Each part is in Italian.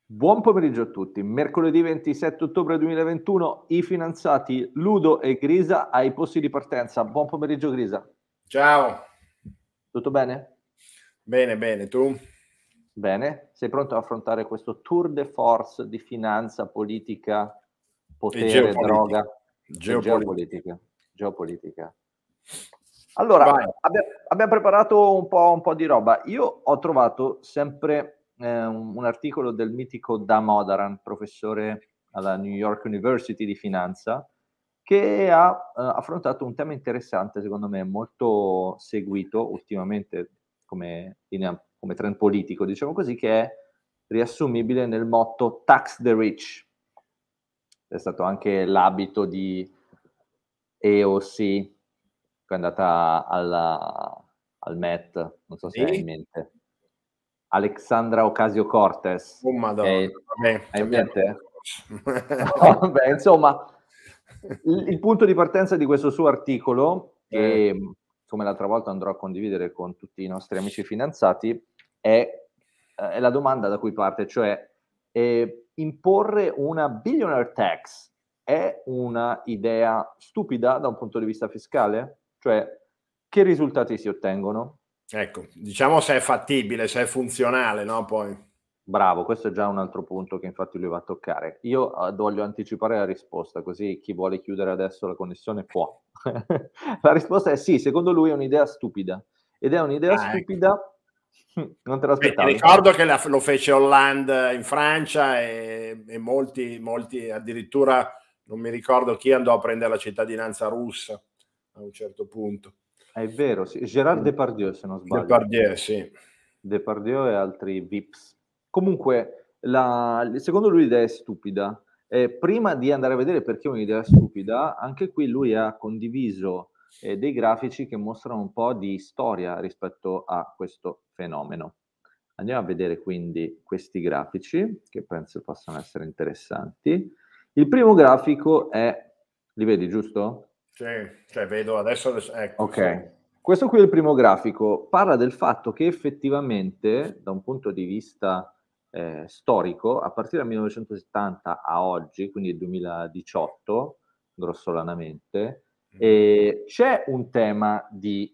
Buon pomeriggio a tutti. Mercoledì 27 ottobre 2021, i finanziati Ludo e Grisa ai posti di partenza. Buon pomeriggio Grisa. Ciao. Tutto bene? Bene, bene, tu? Bene. Sei pronto ad affrontare questo tour de force di finanza, politica, E potere, geopolitica. droga e Geopolitica. geopolitica. Allora, Vai. abbiamo preparato un po' di roba. Io ho trovato sempre un articolo del mitico Damodaran, professore alla New York University di finanza, che ha affrontato un tema interessante, secondo me, molto seguito ultimamente come trend politico, diciamo così, che è riassumibile nel motto Tax the Rich. È stato anche l'abito di AOC, che è andata al Met, non so se hai in Sì? mente. Alexandra Ocasio-Cortez, Oh che madonna, vabbè, hai in cambiamo mente? discorso. Vabbè, insomma, il punto di partenza di questo suo articolo, che come l'altra volta andrò a condividere con tutti i nostri amici finanziati, è la domanda da cui parte, cioè imporre una billionaire tax è una idea stupida da un punto di vista fiscale? Cioè, che risultati si ottengono? Ecco, diciamo se è fattibile, se è funzionale, no? Poi. Bravo, questo è già un altro punto che infatti lui va a toccare. Io voglio anticipare la risposta, così chi vuole chiudere adesso la connessione può. La risposta è sì, secondo lui è un'idea stupida. Ed è un'idea Ah, ecco. stupida, non te Beh, ti l'aspettavi? ricordo che lo fece Hollande in Francia e molti, addirittura non mi ricordo chi andò a prendere la cittadinanza russa a un certo punto. È vero, sì. Gérard Depardieu, se non sbaglio. Depardieu, sì. Depardieu e altri VIPs. Comunque, secondo lui l'idea è stupida. Prima di andare a vedere perché è un'idea stupida, anche qui lui ha condiviso dei grafici che mostrano un po' di storia rispetto a questo fenomeno. Andiamo a vedere quindi questi grafici, che penso possano essere interessanti. Il primo grafico è, li vedi giusto? Sì, cioè vedo adesso, ecco, sì. Ok, questo qui è il primo grafico, parla del fatto che effettivamente, da un punto di vista storico, a partire dal 1970 a oggi, quindi il 2018, grossolanamente, c'è un tema di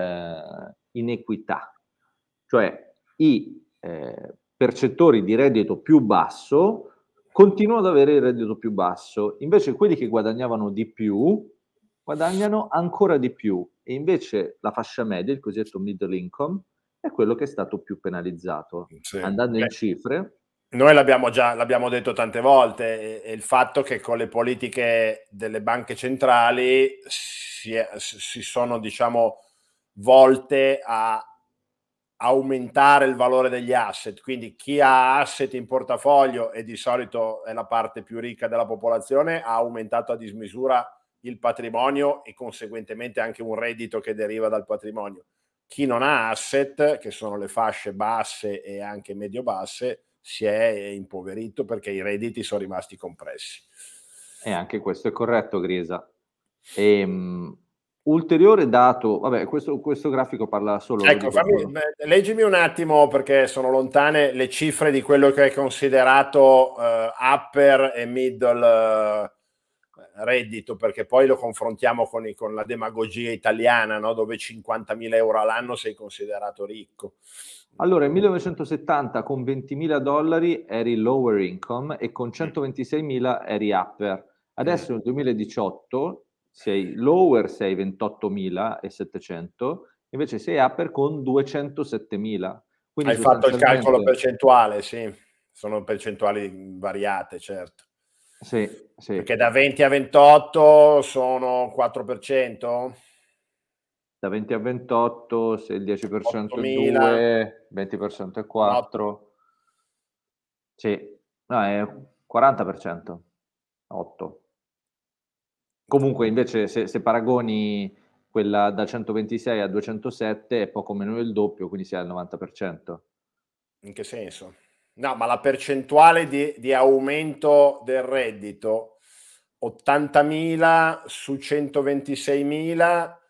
inequità, cioè i percettori di reddito più basso continuano ad avere il reddito più basso, invece quelli che guadagnavano di più guadagnano ancora di più e invece la fascia media, il cosiddetto middle income, è quello che è stato più penalizzato. Sì. Andando in Beh, cifre, noi l'abbiamo detto tante volte, e il fatto che con le politiche delle banche centrali si sono, diciamo, volte a aumentare il valore degli asset, quindi chi ha asset in portafoglio, e di solito è la parte più ricca della popolazione, ha aumentato a dismisura il patrimonio e conseguentemente anche un reddito che deriva dal patrimonio. Chi non ha asset, che sono le fasce basse e anche medio-basse, si è impoverito perché i redditi sono rimasti compressi. e anche questo è corretto, Grisa. Ulteriore dato, vabbè, questo grafico parla solo, lo Ecco, dico solo. leggimi un attimo perché sono lontane le cifre di quello che è considerato upper e middle reddito, perché poi lo confrontiamo con la demagogia italiana, no? Dove 50.000 euro all'anno sei considerato ricco. Allora, nel 1970 con 20.000 dollari eri lower income e con 126.000 eri upper. Adesso nel 2018 sei lower, sei 28.700, invece sei upper con 207.000. Quindi Hai fatto il calcolo sostanzialmente, percentuale, sì, sono percentuali variate, certo. sì, sì, Perché da 20 a 28 sono 4%? da 20 a 28, se il 10% è 8.000, 2, 20% è 8. 4, sì, no, è 40%, 8. Comunque invece se paragoni quella da 126 a 207 è poco meno del doppio, quindi si è al 90%. In che senso? No, ma la percentuale di aumento del reddito, 80.000 su 126.000,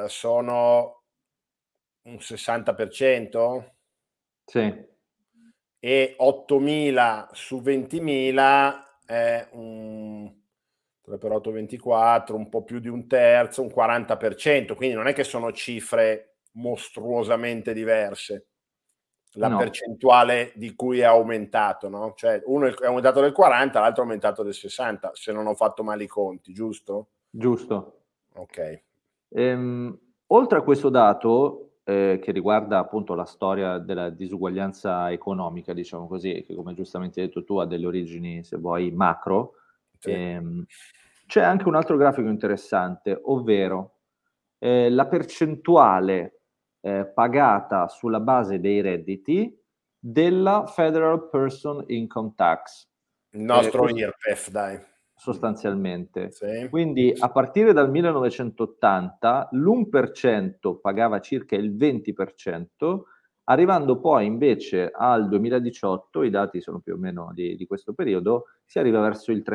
sono un 60%? Sì, e 8.000 su 20.000 è un 3 per 8, 24, un po' più di un terzo, un 40%, quindi non è che sono cifre mostruosamente diverse. La percentuale di cui è aumentato, no? Cioè uno è aumentato del 40, l'altro è aumentato del 60, se non ho fatto male i conti, giusto? Giusto. Ok. Oltre a questo dato, che riguarda appunto la storia della disuguaglianza economica, diciamo così, che come giustamente hai detto tu ha delle origini, se vuoi, macro, Sì. c'è anche un altro grafico interessante, ovvero la percentuale pagata sulla base dei redditi della Federal Person Income Tax. Il nostro IRPEF, dai. Sostanzialmente. Sì. Quindi a partire dal 1980 l'1% pagava circa il 20%, arrivando poi invece al 2018, i dati sono più o meno di questo periodo, si arriva verso il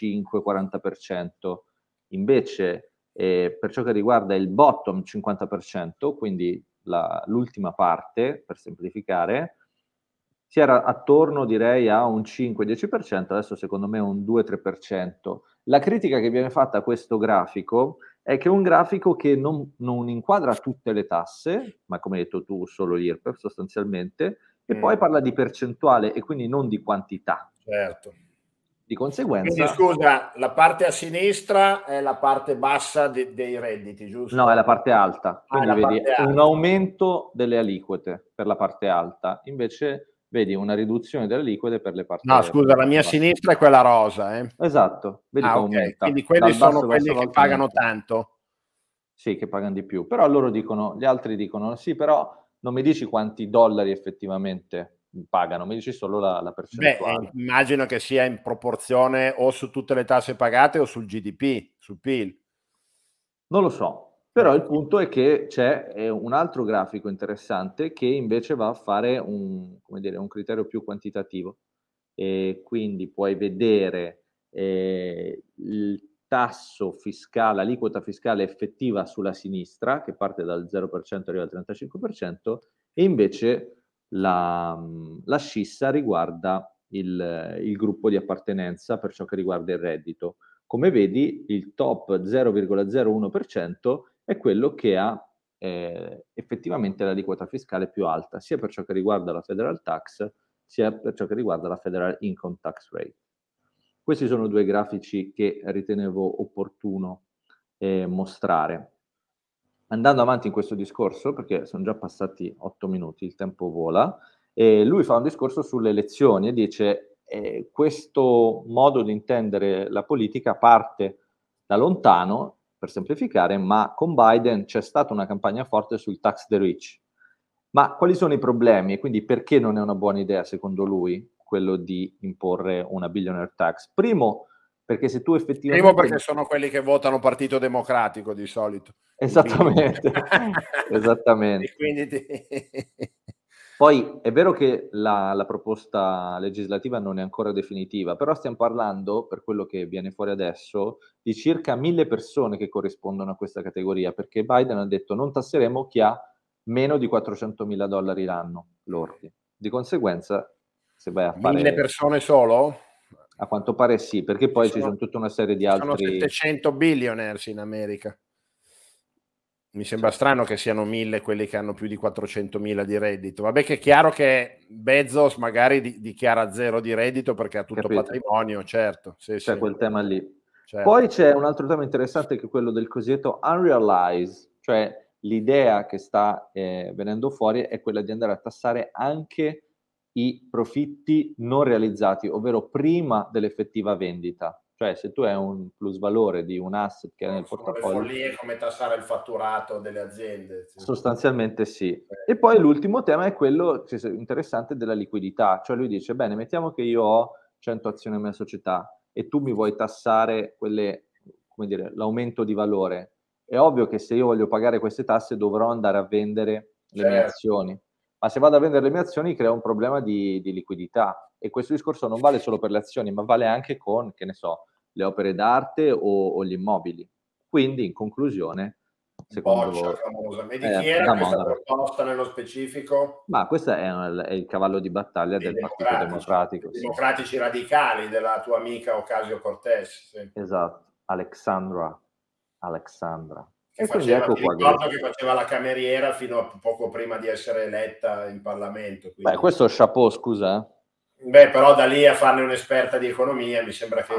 35-40%. Invece per ciò che riguarda il bottom 50%, quindi l'ultima parte, per semplificare, si era attorno, direi, a un 5-10%, adesso secondo me un 2-3%. La critica che viene fatta a questo grafico è che è un grafico che non inquadra tutte le tasse, ma come hai detto tu, solo l'IRPEF sostanzialmente, e poi parla di percentuale e quindi non di quantità. Certo. Di Quindi conseguenza... scusa, la parte a sinistra è la parte bassa dei redditi, No, è la giusto? parte alta, Ah, è quindi la vedi parte un alta. aumento delle aliquote per la parte alta, invece vedi una riduzione delle aliquote per No, per scusa, la la parte mia bassa. sinistra è quella rosa, eh? Esatto, vedi che Ah, ok. Quindi aumenta, quelli dal sono basso verso quelli che l'alto pagano aumenta. tanto. Sì, che pagano di più, però loro dicono, gli altri dicono, sì, però non mi dici quanti dollari effettivamente pagano, mi dici solo la Beh, percentuale. immagino che sia in proporzione o su tutte le tasse pagate o sul GDP, sul PIL. Non lo so, però il punto è che c'è un altro grafico interessante che invece va a fare come dire, un criterio più quantitativo e quindi puoi vedere il tasso fiscale, l'aliquota fiscale effettiva sulla sinistra, che parte dal 0% e arriva al 35%, e invece la scissa riguarda il gruppo di appartenenza per ciò che riguarda il reddito. Come vedi, il top 0,01% è quello che ha effettivamente l'aliquota fiscale più alta, sia per ciò che riguarda la federal tax, sia per ciò che riguarda la federal income tax rate. Questi sono due grafici che ritenevo opportuno mostrare. Andando avanti in questo discorso, perché sono già passati 8 minuti, il tempo vola, lui fa un discorso sulle elezioni e dice questo modo di intendere la politica parte da lontano, per semplificare, ma con Biden c'è stata una campagna forte sul tax the rich. Ma quali sono i problemi? E quindi perché non è una buona idea, secondo lui, quello di imporre una billionaire tax? Primo, perché se tu Primo effettivamente... perché sono quelli che votano Partito Democratico di solito, i billionaire. Esattamente, esattamente. E quindi Poi è vero che la proposta legislativa non è ancora definitiva, però stiamo parlando, per quello che viene fuori adesso, di circa 1000 persone che corrispondono a questa categoria, perché Biden ha detto non tasseremo chi ha meno di 400.000 dollari l'anno lordi. Di conseguenza, se vai a 1000 fare, persone solo? a quanto pare sì, perché poi ci sono tutta una serie di Ci sono altri... 700 billionaires in America. Mi Sì, sembra strano che siano 1000 quelli che hanno più di 400.000 di reddito. Vabbè che è chiaro che Bezos magari dichiara zero di reddito perché ha tutto capito? patrimonio, certo. Sì, C'è sì, quel tema lì. Poi certo. c'è un altro tema interessante che è quello del cosiddetto unrealized, cioè l'idea che sta venendo fuori è quella di andare a tassare anche i profitti non realizzati, ovvero prima dell'effettiva vendita. Cioè se tu hai un plusvalore di un asset che è nel Sono le portafoglio, follie come tassare il fatturato delle aziende. Sì. sostanzialmente sì. E poi l'ultimo tema è quello interessante della liquidità, cioè lui dice, bene, mettiamo che io ho 100 azioni nella mia società e tu mi vuoi tassare quelle, come dire, l'aumento di valore. È ovvio che se io voglio pagare queste tasse dovrò andare a vendere le mie Certo. azioni, ma se vado a vendere le mie azioni crea un problema di liquidità e questo discorso non vale solo per le azioni, ma vale anche con, che ne so, le opere d'arte o gli immobili. Quindi, in conclusione, secondo famosa. E di chi era questa proposta nello specifico? Ma questo è il cavallo di battaglia del Partito Democratico. I democratici radicali della tua amica Ocasio-Cortez. Sì. Esatto, Alexandra. Che faceva, ecco, ricordo che faceva la cameriera fino a poco prima di essere eletta in Parlamento. Quindi... Beh, questo chapeau, scusa. Beh, però da lì a farne un'esperta di economia mi sembra che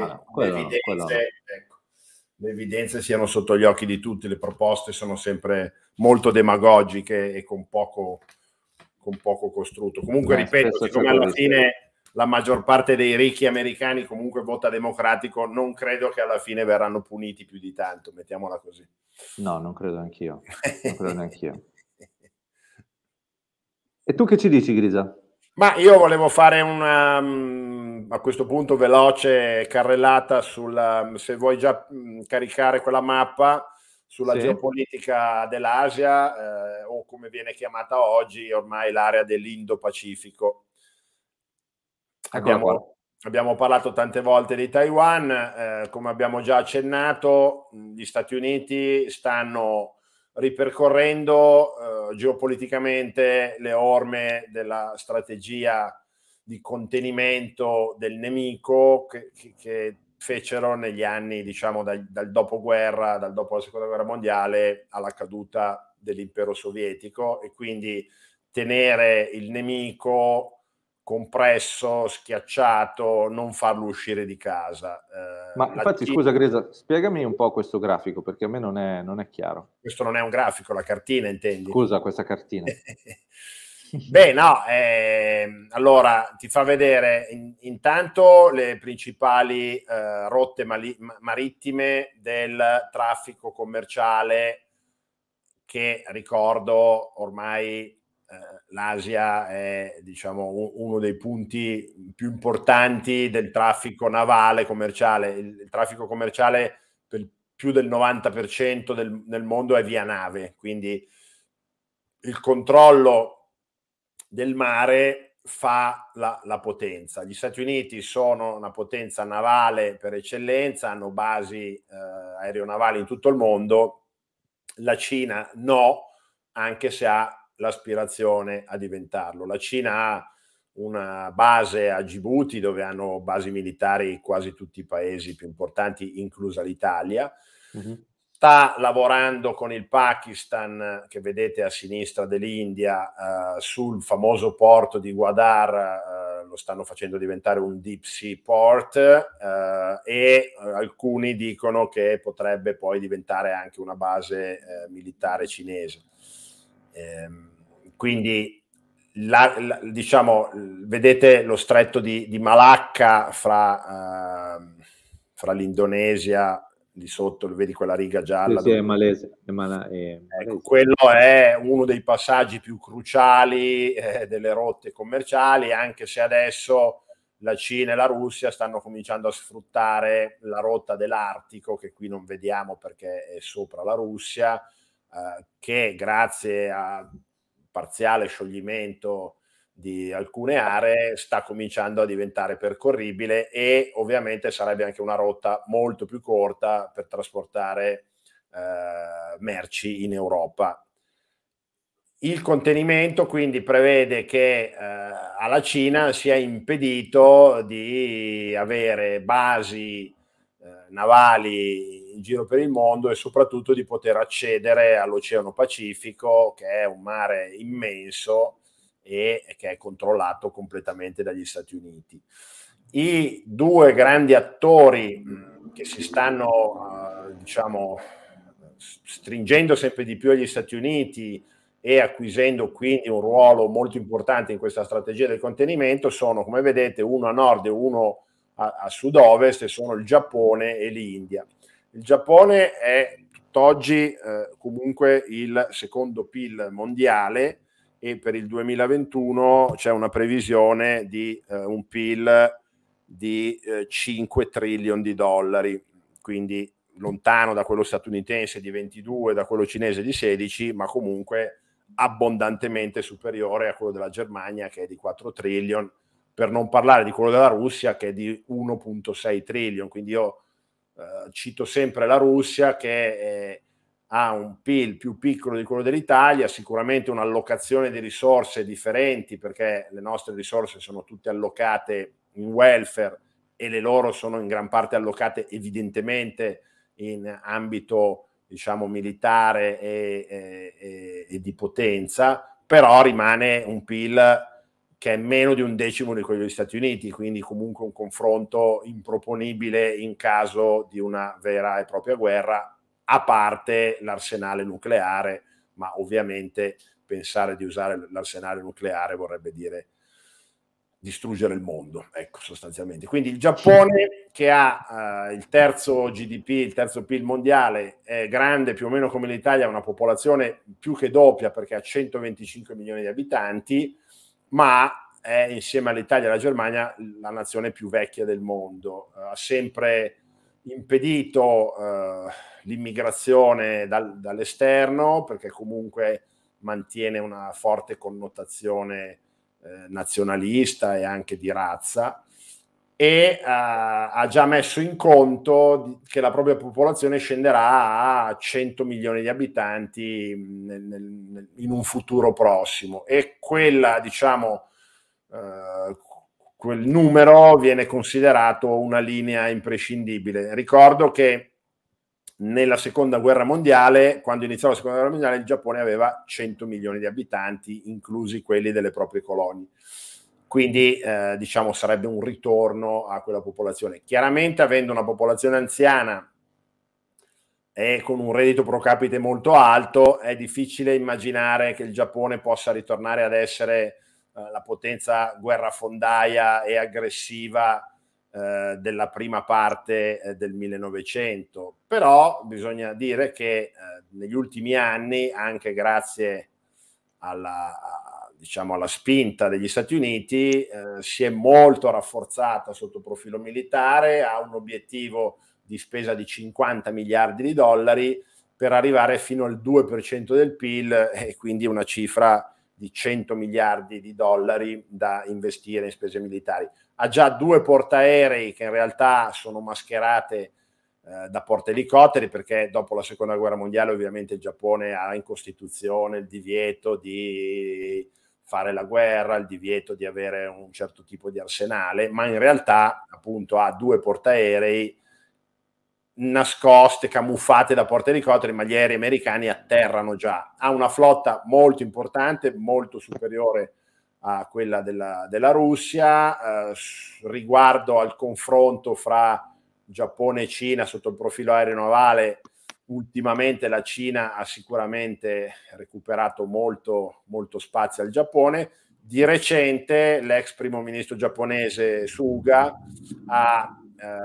le evidenze siano sotto gli occhi di tutti, le proposte sono sempre molto demagogiche e con poco costrutto. Comunque, ripeto, siccome alla fine la maggior parte dei ricchi americani comunque vota democratico, non credo che alla fine verranno puniti più di tanto, mettiamola così. No, non credo neanch'io. E tu che ci dici, Grisa? Ma io volevo fare una, a questo punto, veloce carrellata se vuoi già caricare quella mappa sulla geopolitica dell'Asia, o come viene chiamata oggi ormai l'area dell'Indo-Pacifico. Abbiamo parlato tante volte di Taiwan, come abbiamo già accennato, gli Stati Uniti stanno ripercorrendo geopoliticamente le orme della strategia di contenimento del nemico che fecero negli anni, diciamo, dal dopoguerra, dal dopo la seconda guerra mondiale alla caduta dell'impero sovietico, e quindi tenere il nemico compresso, schiacciato, non farlo uscire di casa. Ma infatti, scusa Grisa, spiegami un po' questo grafico, perché a me non è chiaro. Questo non è un grafico, la cartina intendi? Scusa, questa cartina. Beh, no, allora ti fa vedere intanto le principali rotte marittime del traffico commerciale, che ricordo ormai l'Asia è, diciamo, uno dei punti più importanti del traffico navale commerciale. Il traffico commerciale per più del 90% nel mondo è via nave, quindi il controllo del mare fa la potenza. Gli Stati Uniti sono una potenza navale per eccellenza, hanno basi aeronavali in tutto il mondo. La Cina no, anche se ha l'aspirazione a diventarlo. La Cina ha una base a Djibouti, dove hanno basi militari quasi tutti i paesi più importanti, inclusa l'Italia. Sta lavorando con il Pakistan, che vedete a sinistra dell'India, sul famoso porto di Gwadar. Lo stanno facendo diventare un deep sea port, e alcuni dicono che potrebbe poi diventare anche una base militare cinese. Quindi diciamo, vedete lo stretto di Malacca fra l'Indonesia, di sotto vedi quella riga gialla. Sì, è malese. Ecco, quello è uno dei passaggi più cruciali delle rotte commerciali, anche se adesso la Cina e la Russia stanno cominciando a sfruttare la rotta dell'Artico, che qui non vediamo perché è sopra la Russia, che grazie a parziale scioglimento di alcune aree sta cominciando a diventare percorribile, e ovviamente sarebbe anche una rotta molto più corta per trasportare merci in Europa. Il contenimento quindi prevede che alla Cina sia impedito di avere basi navali in giro per il mondo, e soprattutto di poter accedere all'Oceano Pacifico, che è un mare immenso e che è controllato completamente dagli Stati Uniti. I due grandi attori che si stanno diciamo stringendo sempre di più agli Stati Uniti e acquisendo quindi un ruolo molto importante in questa strategia del contenimento sono, come vedete, uno a nord e uno a sud-ovest, e sono il Giappone e l'India. Il Giappone è tutt'oggi comunque il secondo PIL mondiale, e per il 2021 c'è una previsione di un PIL di 5 trillion di dollari, quindi lontano da quello statunitense di 22, da quello cinese di 16, ma comunque abbondantemente superiore a quello della Germania, che è di 4 trillion, per non parlare di quello della Russia, che è di 1,6 trillion. Quindi io cito sempre la Russia, che ha un PIL più piccolo di quello dell'Italia, sicuramente un'allocazione di risorse differenti, perché le nostre risorse sono tutte allocate in welfare e le loro sono in gran parte allocate evidentemente in ambito, diciamo, militare e di potenza, però rimane un PIL che è meno di 1/10 di quello degli Stati Uniti, quindi comunque un confronto improponibile in caso di una vera e propria guerra, a parte l'arsenale nucleare, ma ovviamente pensare di usare l'arsenale nucleare vorrebbe dire distruggere il mondo, ecco, sostanzialmente. Quindi il Giappone, che ha il terzo GDP, il terzo PIL mondiale, è grande più o meno come l'Italia, ha una popolazione più che doppia perché ha 125 milioni di abitanti, ma è insieme all'Italia e alla Germania la nazione più vecchia del mondo. Ha sempre impedito l'immigrazione dall'esterno, perché comunque mantiene una forte connotazione nazionalista e anche di razza, e ha già messo in conto che la propria popolazione scenderà a 100 milioni di abitanti in un futuro prossimo, e quella, diciamo, quel numero viene considerato una linea imprescindibile. Ricordo che nella seconda guerra mondiale, quando iniziò la seconda guerra mondiale, il Giappone aveva 100 milioni di abitanti, inclusi quelli delle proprie colonie. Quindi diciamo sarebbe un ritorno a quella popolazione. Chiaramente, avendo una popolazione anziana e con un reddito pro capite molto alto, è difficile immaginare che il Giappone possa ritornare ad essere la potenza guerrafondaia e aggressiva della prima parte del 1900. Però bisogna dire che negli ultimi anni, anche grazie diciamo, alla spinta degli Stati Uniti, si è molto rafforzata sotto profilo militare, ha un obiettivo di spesa di 50 miliardi di dollari per arrivare fino al 2% del PIL, e quindi una cifra di 100 miliardi di dollari da investire in spese militari. Ha già 2 portaerei che in realtà sono mascherate da portaelicotteri, perché dopo la seconda guerra mondiale ovviamente il Giappone ha in Costituzione il divieto di fare la guerra, il divieto di avere un certo tipo di arsenale, ma in realtà appunto ha 2 portaerei nascoste, camuffate da portaelicotteri, ma gli aerei americani atterrano già. Ha una flotta molto importante, molto superiore a quella della Russia. Riguardo al confronto fra Giappone e Cina sotto il profilo aeronavale, ultimamente la Cina ha sicuramente recuperato molto, molto spazio al Giappone. Di recente l'ex primo ministro giapponese Suga ha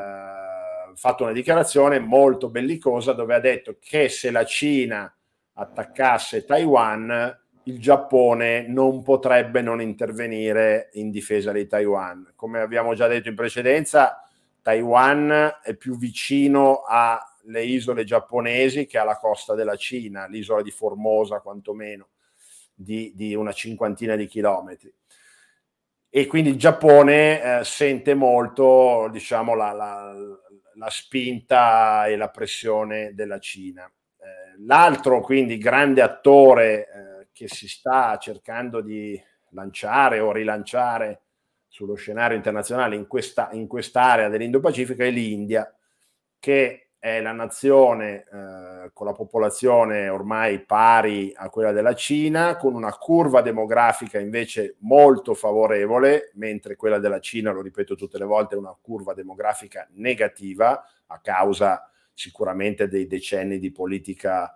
fatto una dichiarazione molto bellicosa, dove ha detto che se la Cina attaccasse Taiwan, il Giappone non potrebbe non intervenire in difesa di Taiwan. Come abbiamo già detto in precedenza, Taiwan è più vicino alle isole giapponesi che alla costa della Cina, l'isola di Formosa quantomeno, di una cinquantina di chilometri. E quindi il Giappone sente molto, diciamo, la spinta e la pressione della Cina. L'altro, quindi, grande attore che si sta cercando di lanciare o rilanciare sullo scenario internazionale in quest'area dell'Indo-Pacifico è l'India, che è la nazione con la popolazione ormai pari a quella della Cina, con una curva demografica invece molto favorevole, mentre quella della Cina, lo ripeto tutte le volte, è una curva demografica negativa a causa sicuramente dei decenni di politica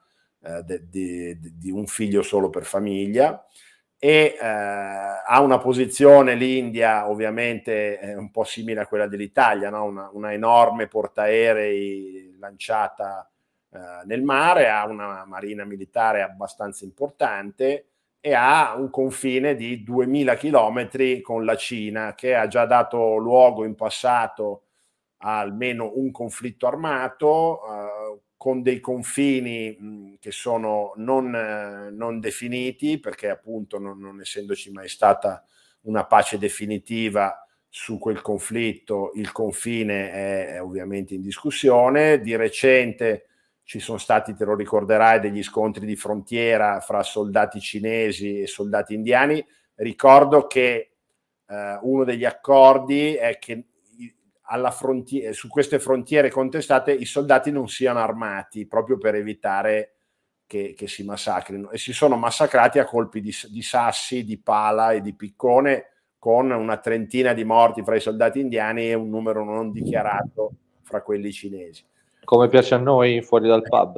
di un figlio solo per famiglia. E ha una posizione, l'India, ovviamente un po' simile a quella dell'Italia, no? una enorme portaerei lanciata nel mare, ha una marina militare abbastanza importante e ha un confine di 2000 chilometri con la Cina, che ha già dato luogo in passato a almeno un conflitto armato, con dei confini che sono non definiti, perché appunto non essendoci mai stata una pace definitiva su quel conflitto, il confine è ovviamente in discussione. Di recente ci sono stati, te lo ricorderai, degli scontri di frontiera fra soldati cinesi e soldati indiani. Ricordo che uno degli accordi è che su queste frontiere contestate i soldati non siano armati, proprio per evitare che si massacrino, e si sono massacrati a colpi di sassi, di pala e di piccone, con una trentina di morti fra i soldati indiani e un numero non dichiarato fra quelli cinesi. Come piace a noi fuori dal pub.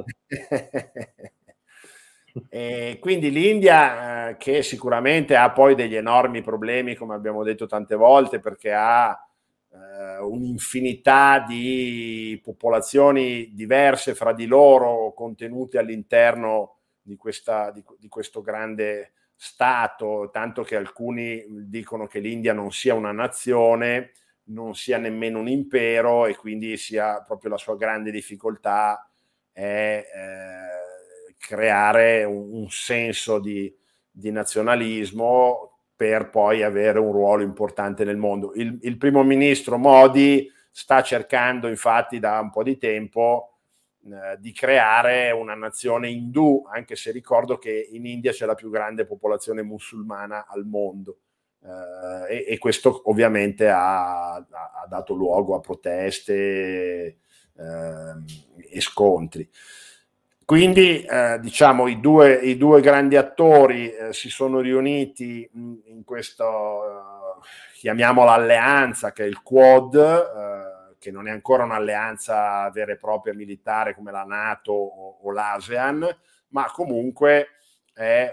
E quindi l'India, che sicuramente ha poi degli enormi problemi, come abbiamo detto tante volte, perché ha un'infinità di popolazioni diverse fra di loro, contenute all'interno di questo grande stato, tanto che alcuni dicono che l'India non sia una nazione, non sia nemmeno un impero, e quindi sia proprio la sua grande difficoltà è creare un senso di nazionalismo per poi avere un ruolo importante nel mondo. Il primo ministro Modi sta cercando, infatti, da un po' di tempo di creare una nazione indù, anche se ricordo che in India c'è la più grande popolazione musulmana al mondo. E questo ovviamente ha dato luogo a proteste e scontri. Quindi diciamo i due grandi attori si sono riuniti in questo, chiamiamola alleanza, che è il Quad, che non è ancora un'alleanza vera e propria militare come la NATO o l'ASEAN, ma comunque è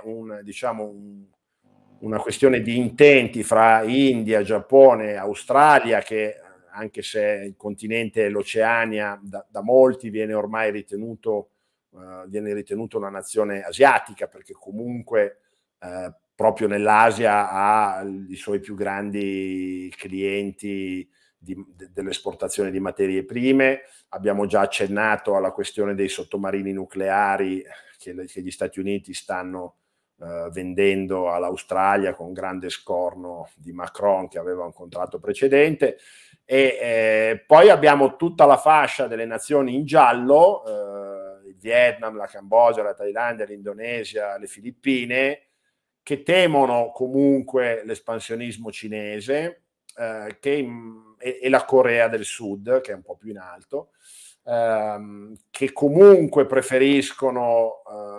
una questione di intenti fra India, Giappone, Australia, che anche se il continente, l'Oceania, da molti viene ormai ritenuto una nazione asiatica, perché comunque proprio nell'Asia ha i suoi più grandi clienti dell'esportazione di materie prime. Abbiamo già accennato alla questione dei sottomarini nucleari che gli Stati Uniti stanno vendendo all'Australia, con grande scorno di Macron, che aveva un contratto precedente. E poi abbiamo tutta la fascia delle nazioni in giallo, il Vietnam, la Cambogia, la Thailandia, l'Indonesia, le Filippine, che temono comunque l'espansionismo cinese, e la Corea del Sud, che è un po' più in alto, che comunque preferiscono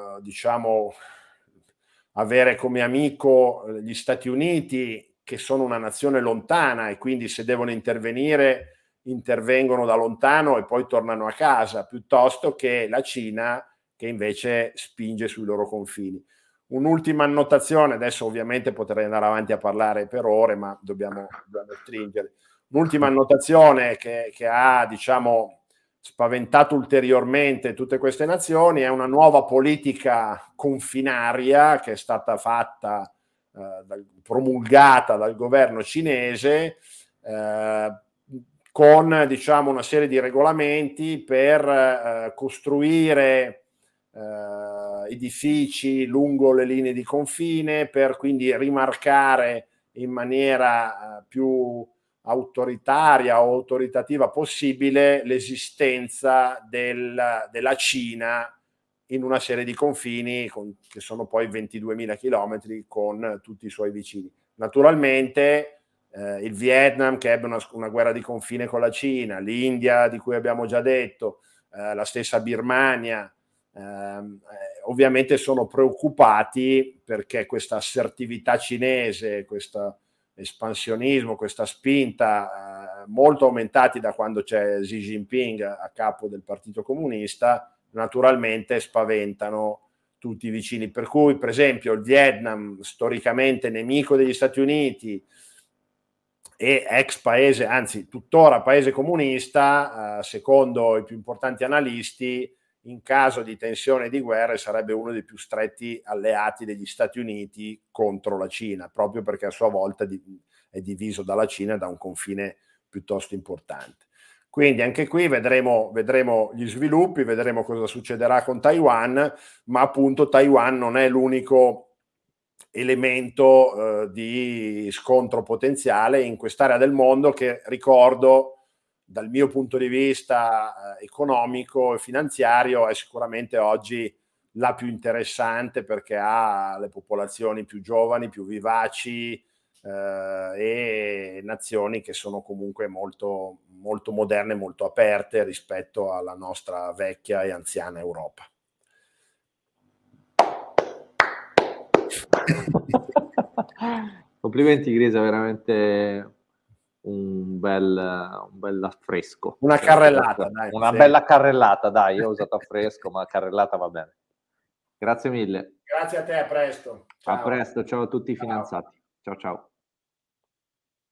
avere come amico gli Stati Uniti, che sono una nazione lontana, e quindi se devono intervenire intervengono da lontano e poi tornano a casa, piuttosto che la Cina, che invece spinge sui loro confini. Un'ultima annotazione, adesso ovviamente potrei andare avanti a parlare per ore, ma dobbiamo stringere. Un'ultima annotazione che ha, spaventato ulteriormente tutte queste nazioni è una nuova politica confinaria che è stata fatta, promulgata dal governo cinese, con una serie di regolamenti per costruire edifici lungo le linee di confine, per quindi rimarcare in maniera più autoritaria o autoritativa possibile l'esistenza della Cina in una serie di confini che sono poi 22.000 chilometri con tutti i suoi vicini. Naturalmente il Vietnam, che ebbe una guerra di confine con la Cina, l'India, di cui abbiamo già detto, la stessa Birmania, ovviamente sono preoccupati perché questa assertività cinese, questo espansionismo, questa spinta molto aumentati da quando c'è Xi Jinping a capo del Partito Comunista, naturalmente spaventano tutti i vicini. Per cui, per esempio, il Vietnam, storicamente nemico degli Stati Uniti e ex paese, anzi tuttora paese comunista, secondo i più importanti analisti, in caso di tensione e di guerra sarebbe uno dei più stretti alleati degli Stati Uniti contro la Cina, proprio perché a sua volta è diviso dalla Cina da un confine piuttosto importante. Quindi anche qui vedremo gli sviluppi, vedremo cosa succederà con Taiwan, ma appunto Taiwan non è l'unico elemento di scontro potenziale in quest'area del mondo che, ricordo, dal mio punto di vista economico e finanziario è sicuramente oggi la più interessante, perché ha le popolazioni più giovani, più vivaci, e nazioni che sono comunque molto, molto moderne, molto aperte rispetto alla nostra vecchia e anziana Europa. Complimenti Grisa, veramente un bel affresco. Una carrellata, dai. Una bella carrellata, dai, io ho usato affresco, ma carrellata va bene. Grazie mille. Grazie a te, a presto. A Ciao. presto, ciao a tutti i Ciao. finanziati. Ciao ciao.